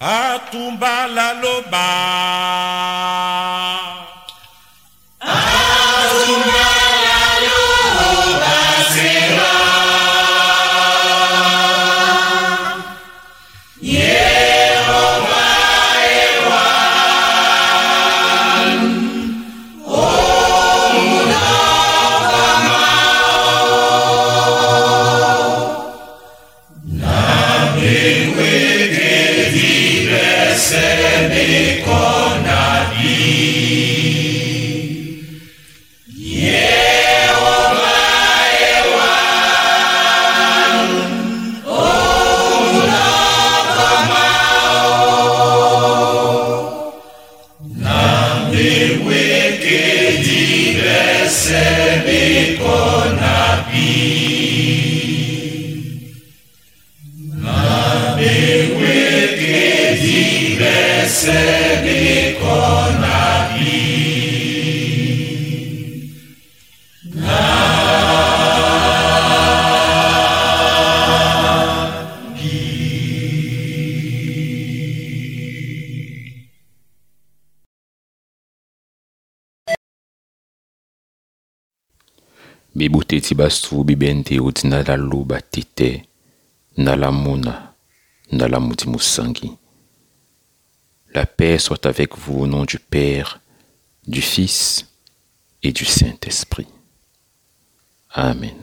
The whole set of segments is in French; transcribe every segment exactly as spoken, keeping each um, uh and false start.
Atumba la loba. Atumba la loba sera. Bibute tibasu bibente uti na la luba tite, na la muna, na la musangi. La paix soit avec vous au nom du Père, du Fils et du Saint-Esprit. Amen.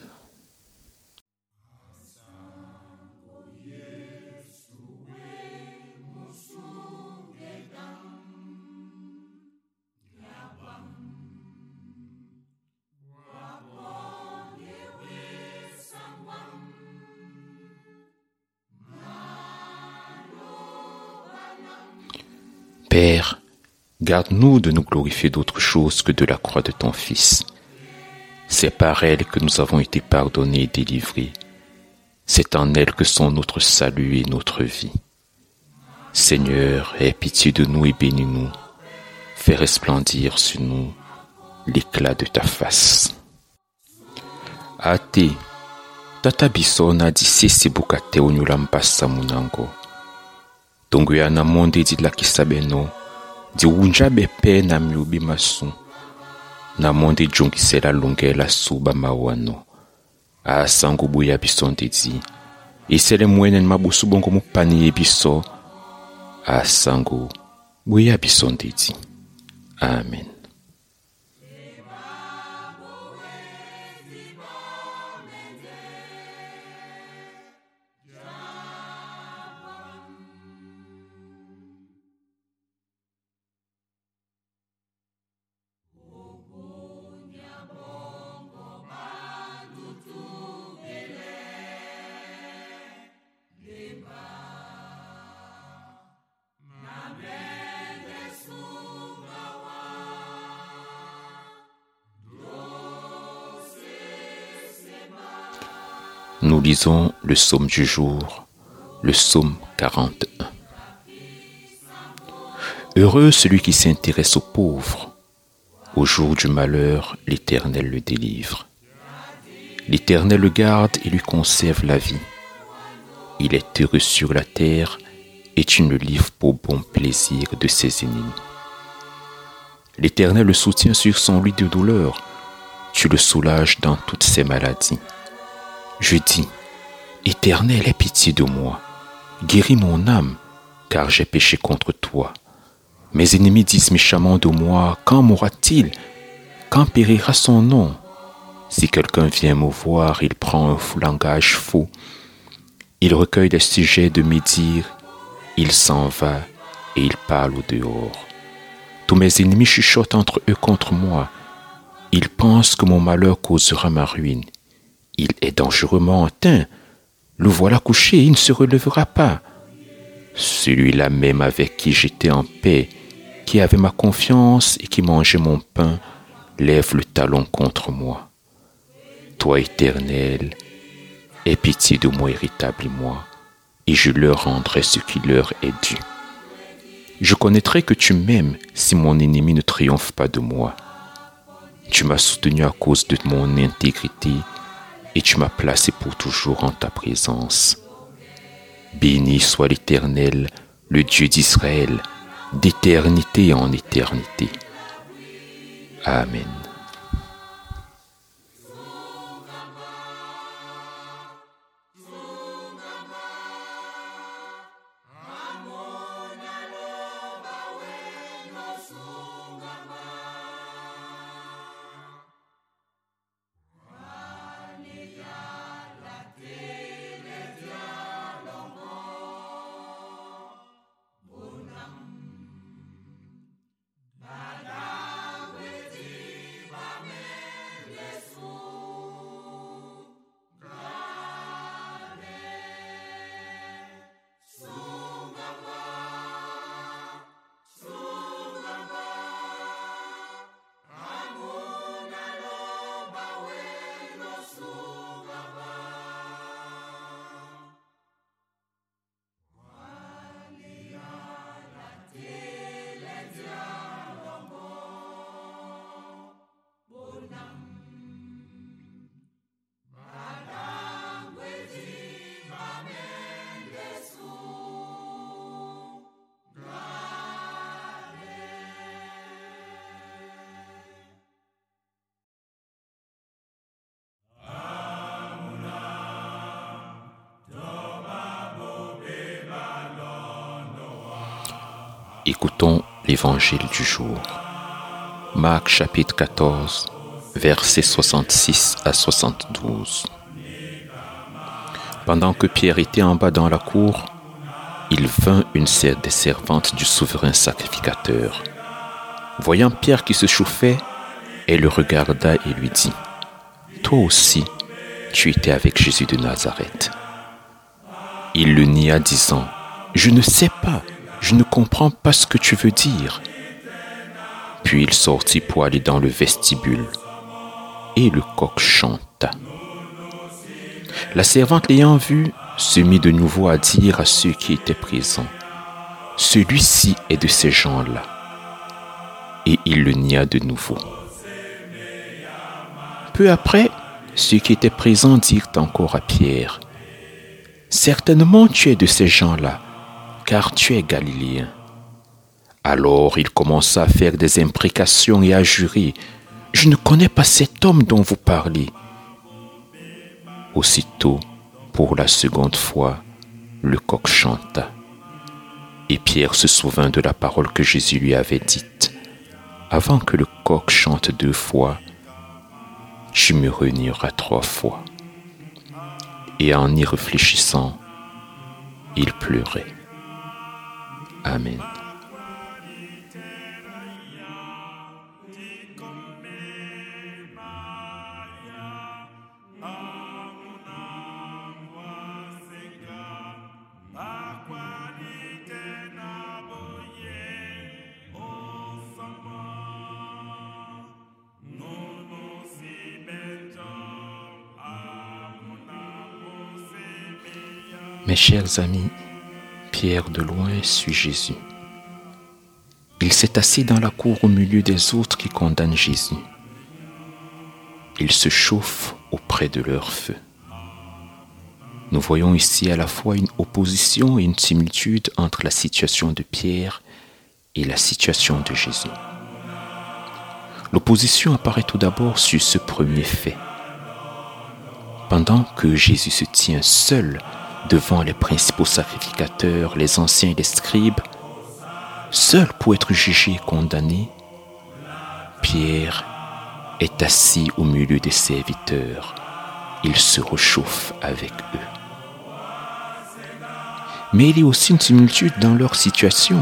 Père, garde-nous de nous glorifier d'autre chose que de la croix de ton Fils. C'est par elle que nous avons été pardonnés et délivrés. C'est en elle que sont notre salut et notre vie. Seigneur, aie pitié de nous et bénis-nous. Fais resplendir sur nous l'éclat de ta face. Ate, tata biso na disisi bukate onyulampasa munango. Tongo ya na monde di lakisa beno, di unjabe pe na miubi masu, na monde jungisela lungela suba mawano, a sangu buya bisonde di, isele mwenen mabusu bongo mupani e biso, a sangu buya bisonde di. Amen. Nous lisons le psaume du jour, le psaume quarante-et-un. Heureux celui qui s'intéresse aux pauvres. Au jour du malheur, l'Éternel le délivre. L'Éternel le garde et lui conserve la vie. Il est heureux sur la terre et tu ne le livres pour bon plaisir de ses ennemis. L'Éternel le soutient sur son lit de douleur. Tu le soulages dans toutes ses maladies. Je dis, Éternel, aie pitié de moi, guéris mon âme, car j'ai péché contre toi. Mes ennemis disent méchamment de moi, quand mourra-t-il? Quand périra son nom? Si quelqu'un vient me voir, il prend un langage faux. Il recueille des sujets de médire, il s'en va et il parle au dehors. Tous mes ennemis chuchotent entre eux contre moi. Ils pensent que mon malheur causera ma ruine. Il est dangereusement atteint. Le voilà couché, il ne se relèvera pas. Celui-là même avec qui j'étais en paix, qui avait ma confiance et qui mangeait mon pain, lève le talon contre moi. Toi, Éternel, aie pitié de moi et rétablis-moi, et je leur rendrai ce qui leur est dû. Je connaîtrai que tu m'aimes si mon ennemi ne triomphe pas de moi. Tu m'as soutenu à cause de mon intégrité, et tu m'as placé pour toujours en ta présence. Béni soit l'Éternel, le Dieu d'Israël, d'éternité en éternité. Amen. Écoutons l'évangile du jour. Marc chapitre quatorze, versets soixante-six à soixante-douze. Pendant que Pierre était en bas dans la cour, il vint une des servantes du souverain sacrificateur. Voyant Pierre qui se chauffait, elle le regarda et lui dit : « Toi aussi, tu étais avec Jésus de Nazareth. » Il le nia, disant : « Je ne sais pas. Je ne comprends pas ce que tu veux dire. » Puis il sortit pour aller dans le vestibule, et le coq chanta. La servante l'ayant vu, se mit de nouveau à dire à ceux qui étaient présents : « Celui-ci est de ces gens-là. » Et il le nia de nouveau. Peu après, ceux qui étaient présents dirent encore à Pierre : « Certainement tu es de ces gens-là, car tu es galiléen. » Alors il commença à faire des imprécations et à jurer : « Je ne connais pas cet homme dont vous parlez. » Aussitôt, pour la seconde fois, le coq chanta. Et Pierre se souvint de la parole que Jésus lui avait dite : « Avant que le coq chante deux fois, tu me renieras trois fois. » Et en y réfléchissant, il pleurait. Amen. Mes chers amis, Pierre de loin suit Jésus. Il s'est assis dans la cour au milieu des autres qui condamnent Jésus. Il se chauffe auprès de leur feu. Nous voyons ici à la fois une opposition et une similitude entre la situation de Pierre et la situation de Jésus. L'opposition apparaît tout d'abord sur ce premier fait. Pendant que Jésus se tient seul devant les principaux sacrificateurs, les anciens et les scribes, seul pour être jugé et condamné, Pierre est assis au milieu des serviteurs. Il se réchauffe avec eux. Mais il y a aussi une similitude dans leur situation.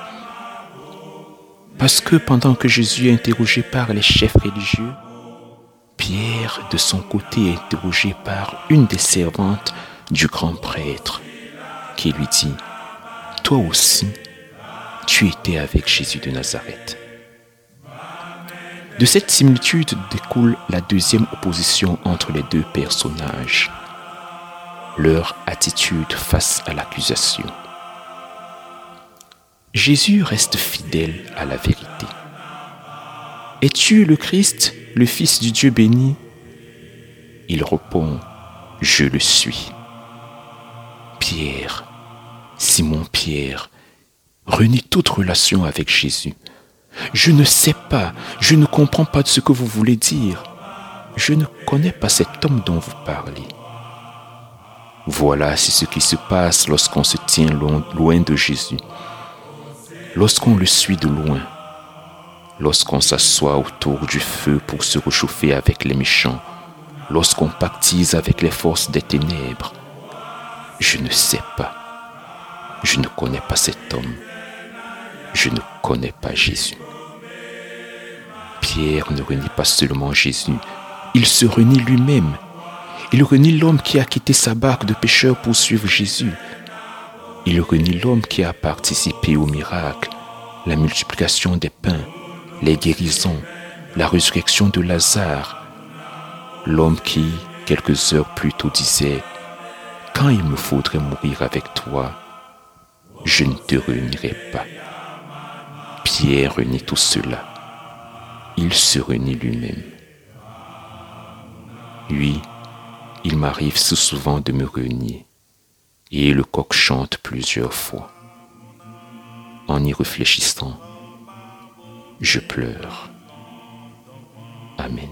Parce que pendant que Jésus est interrogé par les chefs religieux, Pierre, de son côté, est interrogé par une des servantes du grand prêtre, qui lui dit : « Toi aussi, tu étais avec Jésus de Nazareth. » De cette similitude découle la deuxième opposition entre les deux personnages, leur attitude face à l'accusation. Jésus reste fidèle à la vérité. « Es-tu le Christ, le Fils du Dieu béni ?» Il répond : « Je le suis. » Pierre, Simon Pierre, renie toute relation avec Jésus. Je ne sais pas, je ne comprends pas de ce que vous voulez dire. Je ne connais pas cet homme dont vous parlez. Voilà, c'est ce qui se passe lorsqu'on se tient loin de Jésus, lorsqu'on le suit de loin, lorsqu'on s'assoit autour du feu pour se réchauffer avec les méchants, lorsqu'on pactise avec les forces des ténèbres. Je ne sais pas, je ne connais pas cet homme, je ne connais pas Jésus. Pierre ne renie pas seulement Jésus, il se renie lui-même. Il renie l'homme qui a quitté sa barque de pêcheur pour suivre Jésus. Il renie l'homme qui a participé aux miracles, la multiplication des pains, les guérisons, la résurrection de Lazare. L'homme qui, quelques heures plus tôt, disait « Quand il me faudrait mourir avec toi, je ne te renierai pas. » Pierre renie tout cela. Il se renie lui-même. Oui, il m'arrive si souvent de me renier, et le coq chante plusieurs fois. En y réfléchissant, je pleure. Amen.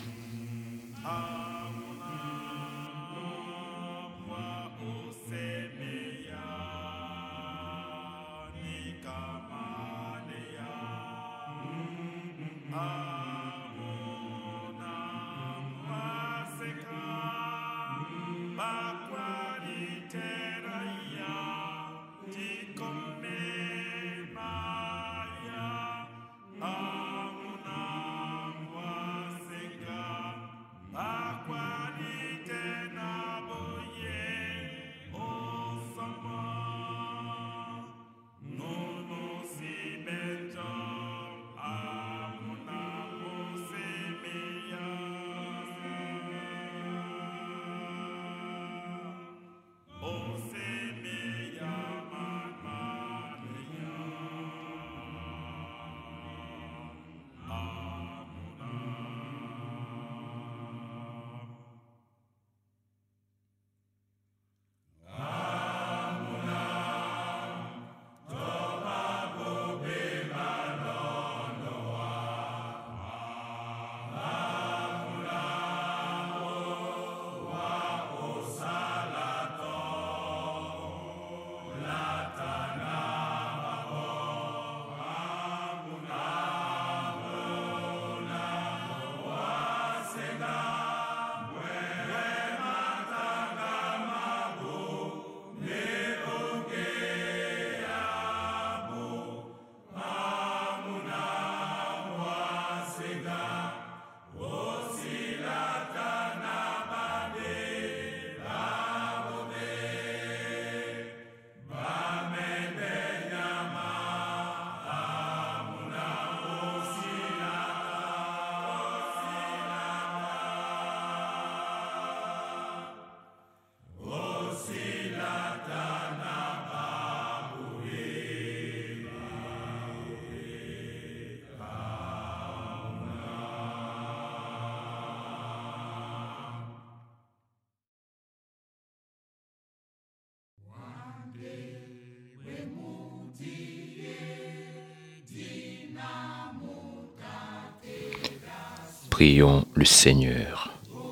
Prions le Seigneur.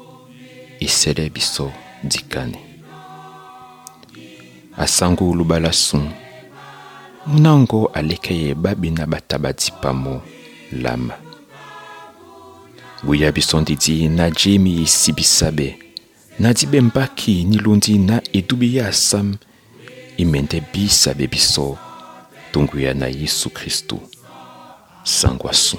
Isele biso dikane. Asango lubalasun. Munango alekeye babina batabati pamo lama. Guya bison didi na jemi sibisabe. Na dibembaki nilundi na edubiya sam. Imende bisabe biso. Tunguya na Yesu Christo. Sangwasu.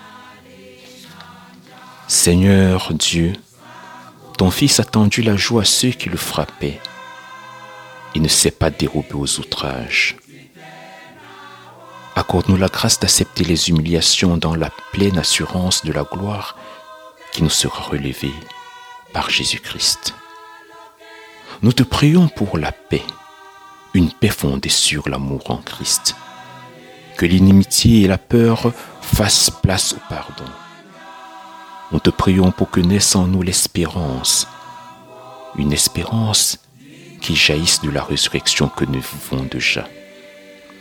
Seigneur Dieu, ton Fils a tendu la joue à ceux qui le frappaient. Il ne s'est pas dérobé aux outrages. Accorde-nous la grâce d'accepter les humiliations dans la pleine assurance de la gloire qui nous sera relevée par Jésus-Christ. Nous te prions pour la paix, une paix fondée sur l'amour en Christ. Que l'inimitié et la peur fassent place au pardon. Nous te prions pour que naisse en nous l'espérance, une espérance qui jaillisse de la résurrection que nous vivons déjà.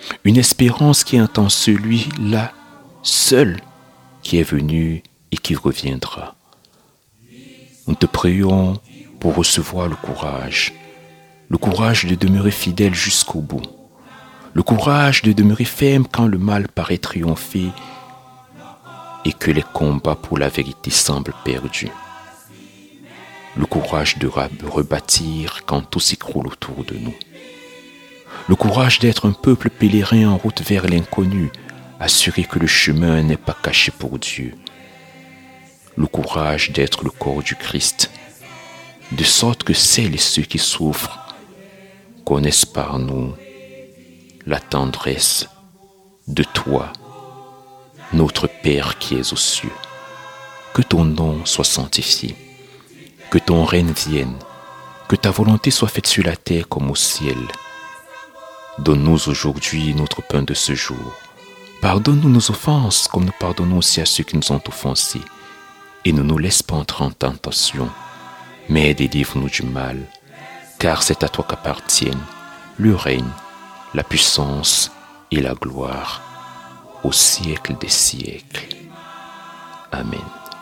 Une espérance qui entend celui-là seul qui est venu et qui reviendra. Nous te prions pour recevoir le courage, le courage de demeurer fidèle jusqu'au bout, le courage de demeurer ferme quand le mal paraît triompher et que les combats pour la vérité semblent perdus, le courage de rebâtir quand tout s'écroule autour de nous, le courage d'être un peuple pèlerin en route vers l'inconnu, assuré que le chemin n'est pas caché pour Dieu, le courage d'être le corps du Christ, de sorte que celles et ceux qui souffrent connaissent par nous la tendresse de toi, notre Père qui es aux cieux. Que ton nom soit sanctifié, que ton règne vienne, que ta volonté soit faite sur la terre comme au ciel. Donne-nous aujourd'hui notre pain de ce jour. Pardonne-nous nos offenses comme nous pardonnons aussi à ceux qui nous ont offensés. Et ne nous laisse pas entrer en tentation, mais délivre-nous du mal, car c'est à toi qu'appartiennent le règne, la puissance et la gloire au siècle des siècles. Amen.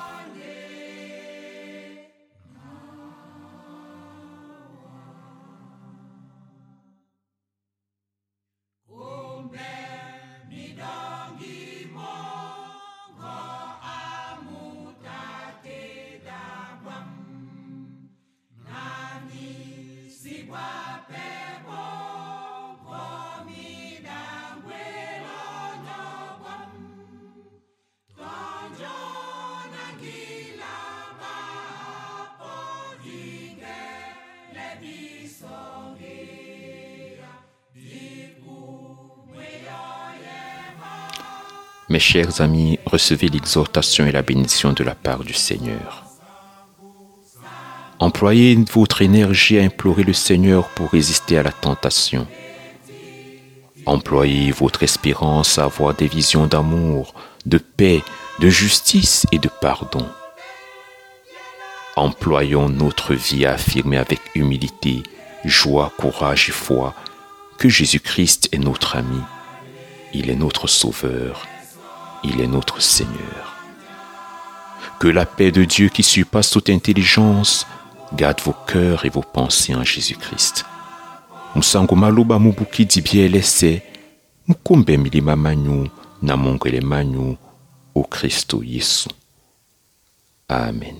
Mes chers amis, recevez l'exhortation et la bénédiction de la part du Seigneur. Employez votre énergie à implorer le Seigneur pour résister à la tentation. Employez votre espérance à avoir des visions d'amour, de paix, de justice et de pardon. Employons notre vie à affirmer avec humilité, joie, courage et foi que Jésus-Christ est notre ami. Il est notre Sauveur. Il est notre Seigneur. Que la paix de Dieu qui surpasse toute intelligence garde vos cœurs et vos pensées en Jésus-Christ. Musango maloba mubuki dibie lese, mukombe milima manyu na mongele manyu au Christo Yesu. Amen.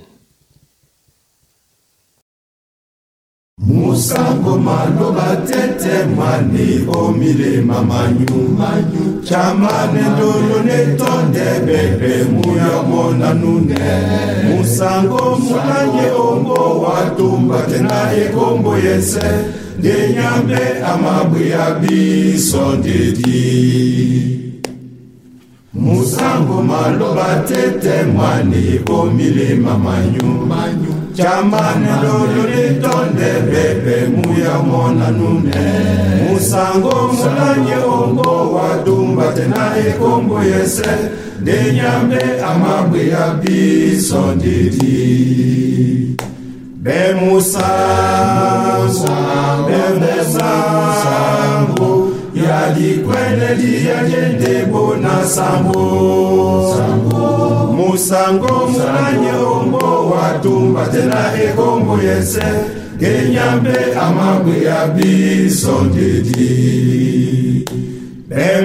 Musango maloba tete mani omile mamanyu manyu chamane ndolo netonde bebe muya mona nune musango mulanye ongo watumba tena ekombo yese denyambe amabwi abiso dedi musango maloba tete mani omile mamanyu manyu chamane ndolo netonde bebe muya mona nune musango mulanye ongo watumba tena ekombo yese denyambe amabwi abiso dedi be musango be musango yadi kwene dia jende bona sango musango mulanye ongo watumba tena ekombo yese genyambe amabwe abiso dedi be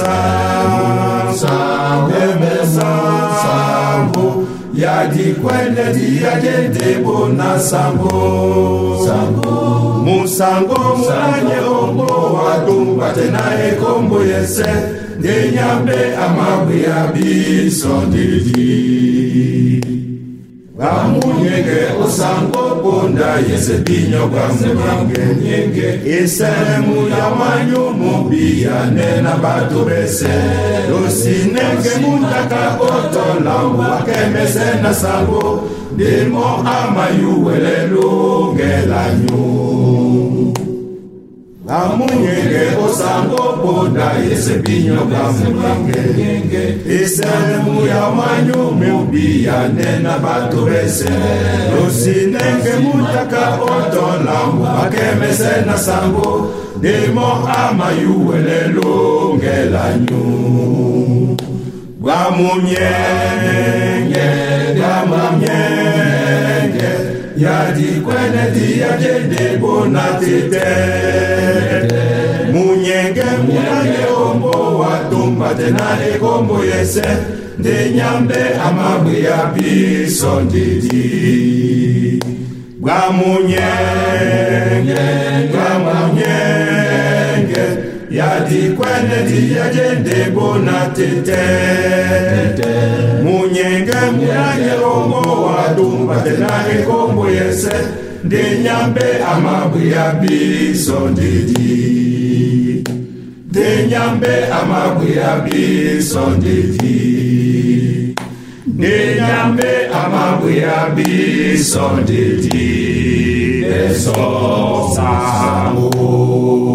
musango be musango yadi kwene dia jende bona sango musango mulanye ongo watumba tena ekombo yese genyambe amabwe abiso dedi Bamunyenge osango bonda yese binyo bamunyenge nyenge Iselemu ya manyu mubia nena batu bese Lusinenge mundaka otolambu wakemese na sango Dimo amayuwele lungelanyu Bamunyenge osango bonda yese binyo bamunyenge Iselemu ya manyu mubia nena batu bese Lusinenge mundaka otolambu wakemese na sango Dimo amayuwele lungelanyu bongela nyu Gwa munyenge Gwa munyenge Yadi kwene diya jende bona tete Munyenge munage ombo watumba tenale kombo yese De nyambe amabu ya piso ndidi Gwa munyenge Gwa munyenge Yadi kwene diya jende bona tete Munyenge munage ombo watumba tenale kombo yese De nyambe amabu ya piso ndidi De nyambe amabu ya piso ndidi De nyambe amabu ya piso ndidi Eso samo